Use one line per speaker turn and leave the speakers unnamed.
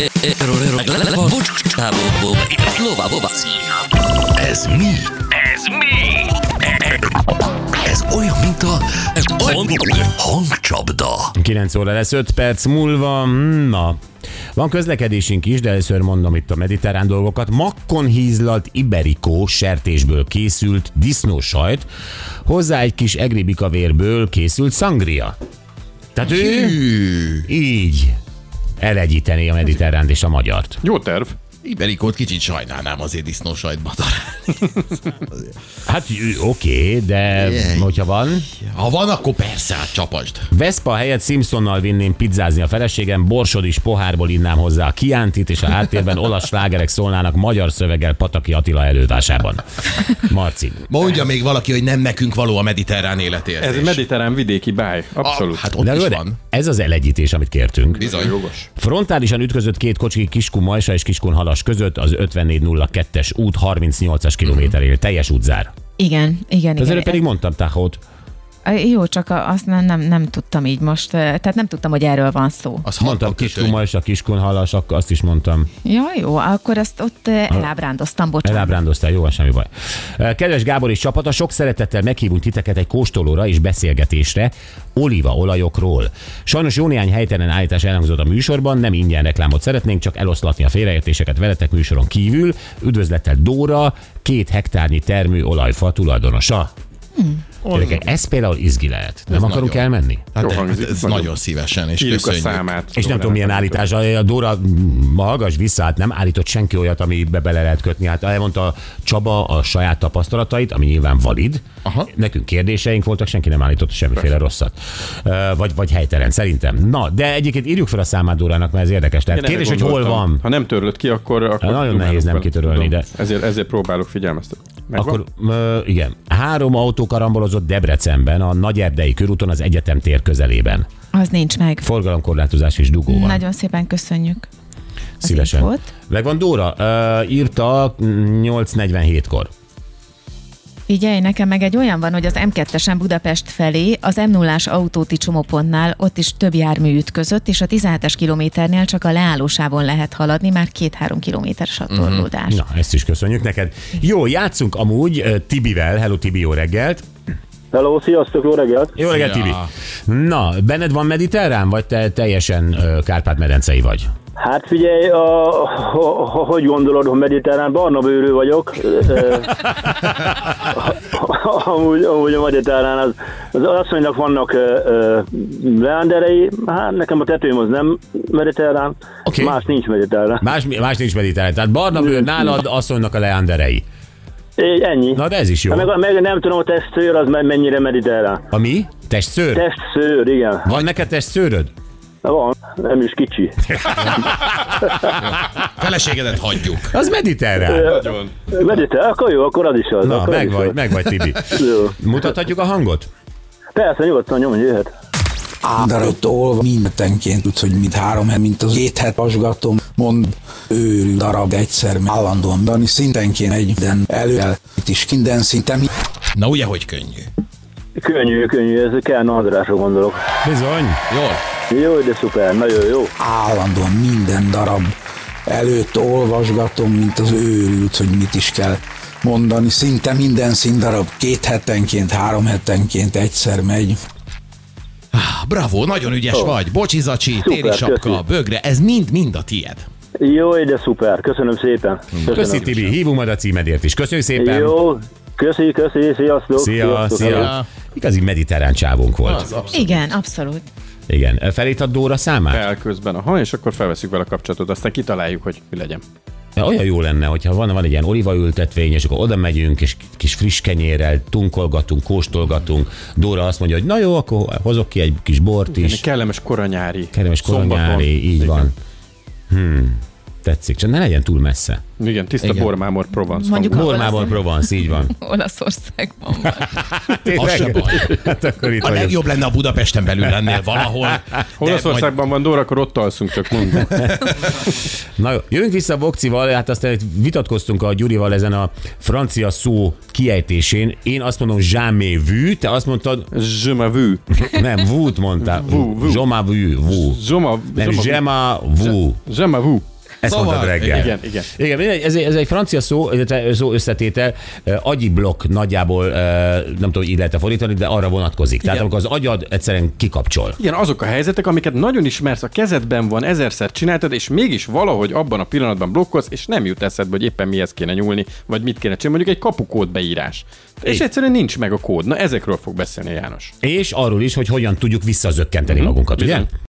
Ez mi? Ez olyan, mint a hangcsapda.
9 óra lesz 5 perc múlva. Na, van közlekedésünk is, de először mondom itt a mediterrán dolgokat. Makkon hízlalt iberikó sertésből készült disznósajt, hozzá egy kis egribika vérből készült szangria. Tehát ő így elegyíteni a mediterránt és a magyart.
Jó terv.
Iberikót kicsit sajnálnám azért disznósajtba találni.
Hát oké, de hogyha van...
Ha van, akkor persze, hát csapasd.
Vespa helyett Simpsonnal vinném pizzázni a feleségem, borsod is pohárból innám hozzá a Chiantit, és a háttérben olasz slágerek szólnának magyar szöveggel Pataki Attila előadásában. Marci.
Mondja még valaki, hogy nem nekünk való a mediterrán életérzés.
Ez mediterrán vidéki báj. Abszolút.
Hát ott
De
is
de
van.
ez az elegyítés, amit kértünk.
Bizony.
Jogos.
Frontálisan ütközött két kocsi Kiskun Majsa és Kiskun Halas között az 5402-es út 38-as kilométerél. Teljes útzár.
Igen.
Ezért pedig mondtam Tahót.
Jó, csak azt nem tudtam így most, tehát nem tudtam, hogy erről van szó.
Mondtam Kiskun Majsa, Kiskun Halas, akkor azt is mondtam.
Ja, jó, akkor ezt ott elábrándoztam, bocsánat.
Elábrándoztál, jó, semmi baj. Kedves Gábor és csapata, sok szeretettel meghívunk titeket egy kóstolóra és beszélgetésre olívaolajokról. Sajnos jó néhány helytelen állítás elhangzott a műsorban, nem ingyen reklámot szeretnénk, csak eloszlatni a félreértéseket veletek műsoron kívül. Üdvözlettel Dóra, 2 hektárnyi termőolajfa tulajdonosa. Ez például izgi lehet. Nem akarunk
nagyon.
elmenni?
Hát ez nagyon szívesen, és
Írjuk
köszönjük.
a számát.
És nem tudom, milyen állítás. A Dóra, hallgass vissza, hát nem állított senki olyat, amibe bele lehet kötni. Hát elmondta Csaba a saját tapasztalatait, ami nyilván valid.
Aha.
Nekünk kérdéseink voltak, senki nem állított semmiféle rosszat. Vagy helytelen, szerintem. Na, de egyébként írjuk fel a számát Dórának, mert ez érdekes. Tehát kérdés, hogy hol van.
Ha nem törlöd ki, akkor
Nagyon nehéz nem kitörölni, de...
Ezért próbálok figyelmeztetni.
Akkor igen. 3 autó karambolozott Debrecenben, a Nagyerdei körúton az egyetem tér közelében.
Az nincs meg.
Forgalomkorlátozás és dugó van.
Nagyon szépen köszönjük.
Szívesen.
Volt.
Megvan Dóra, írta 8:47-kor.
Figyelj, nekem meg egy olyan van, hogy az M2-esen Budapest felé, az M0-ás autóti csomópontnál ott is több jármű ütközött, és a 17-es kilométernél csak a leállósávon lehet haladni, már 2-3 kilométeres a torlódás.
Na, ezt is köszönjük neked. Jó, játszunk amúgy Tibivel. Hello Tibi, jó reggelt.
Hello, sziasztok, jó reggelt!
Jó reggelt, Tibi. Na, benned van mediterrán, vagy te teljesen Kárpát-medencei vagy?
Hát figyelj, hogy gondolod, hogy mediterrán, barna bőrű vagyok. amúgy a mediterrán, az asszonynak vannak leánderei, hát nekem a tetőm az nem mediterrán,
Okay.
Más nincs mediterrán.
Más nincs mediterrán, tehát barna bőr nálad, asszonynak a leánderei.
Ennyi.
Na, de ez is jó.
Meg nem tudom, a testszőr az mennyire mediterrán.
A mi? Testszőr?
Testszőr, igen.
Van neked testszőröd?
Van, nem is kicsi.
Feleségedet hagyjuk.
Az mediterrán.
Nagyon.
Mediterrán, akkor jó, akkor az is az.
Na,
akkor az is az.
meg vagy Tibi.
Jó.
Mutathatjuk a hangot?
Persze, nyugodtan nyomj, jöhet.
Darabot olva mindentenként tudsz, hogy mint 3 hét, mint az 2 het pasgatom, mond őrű darab egyszer állandóan dani, szintenként egyben előel, itt is minden szinten.
Na ugye, hogy könnyű.
Könnyű, ez kell Andrásra gondolok.
Bizony.
Jól.
Jó, de szuper, nagyon jó.
Állandóan minden darab előtt olvasgatom, mint az őrült, hogy mit is kell mondani. Szinte minden színdarab 2 hetenként, 3 hetenként egyszer megy.
Bravo, nagyon ügyes vagy. Bocsi zacsi,
Szuper,
téli sapka,
köszi.
bögre, ez mind a tied.
Jó, de szuper, köszönöm szépen. Köszönöm.
Köszi Tibi, hívunk majd a címedért is. Köszönjük szépen.
Jó, köszi, sziasztok.
Szia.
Szia.
Igazi mediterrán csávónk volt.
Az abszolút.
Igen, abszolút.
Igen. Felírtad Dóra számát?
Fel közben és akkor felveszünk vele a kapcsolatot, aztán kitaláljuk, hogy mi legyen.
Olyan jó lenne, hogyha van egy ilyen olívaültetvény, és akkor oda megyünk, és kis friss kenyérrel tunkolgatunk, kóstolgatunk. Dóra azt mondja, hogy na jó, akkor hozok ki egy kis bort
Egy
is.
kellemes koronyári.
Kellemes koronyári,
szombaton.
így
Igen.
van. Tetszik, csak ne legyen túl messze.
Igen, tiszta
Igen.
bormámor Provence.
Mondjuk
hangú.
Bormából Provence, így van.
Olaszországban van.
Az se baj.
Hát akkor itt
A
vagyok.
legjobb lenne, a Budapesten belül lennél valahol.
Olaszországban van Dóra, akkor ott alszunk, csak mondom.
Na jó, jövünk vissza a Bokcival, hát aztán vitatkoztunk a Gyurival ezen a francia szó kiejtésén. Én azt mondom jamais vu, te azt mondtad,
Je m'ai vu.
nem, vu-t mondtál.
Vu.
Je m'ai vu, vu. Nem, je m'ai vu.
Je m'ai vu.
Ezt
Szóval,
mondtad reggel.
Igen.
Mindegy, ez egy francia szó, illetve szó összetétel, agyiblokk nagyjából, nem tudom, így lehet fordítani, de arra vonatkozik. Tehát amikor az agyad egyszerűen kikapcsol.
Igen, azok a helyzetek, amiket nagyon ismersz, a kezedben van, ezerszer csináltad, és mégis valahogy abban a pillanatban blokkolsz, és nem jut eszedbe, hogy éppen mihez kéne nyúlni, vagy mit kéne csinálni, mondjuk egy kapukód beírás. És egyszerűen nincs meg a kód. Na ezekről fog beszélni János.
És arról is, hogy hogyan tudjuk visszazökkenteni magunkat, ugye?